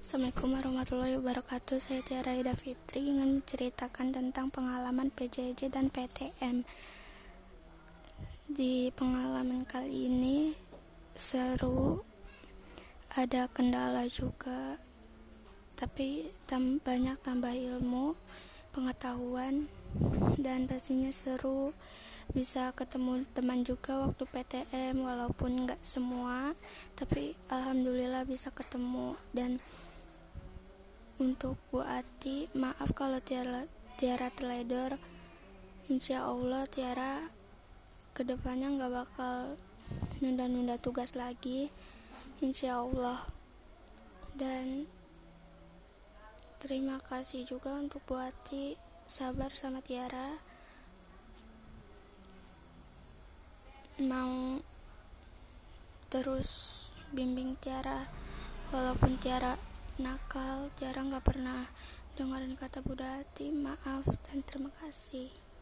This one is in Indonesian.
Assalamualaikum warahmatullahi wabarakatuh. Saya Tiara Ida Fitri ingin menceritakan tentang pengalaman PJJ dan PTM. Di pengalaman kali ini seru, ada kendala juga, tapi banyak tambah ilmu, pengetahuan, dan pastinya seru. Bisa ketemu teman juga waktu PTM, walaupun gak semua, tapi alhamdulillah bisa ketemu. Dan untuk Bu Ati, maaf kalau Tiara teledor. Insya Allah Tiara kedepannya gak bakal nunda-nunda tugas lagi, insya Allah. Dan terima kasih juga untuk Bu Ati, sabar sama Tiara, mau terus bimbing Tiara. Walaupun Tiara nakal, Tiara gak pernah dengerin kata Bu Ati. Maaf dan terima kasih.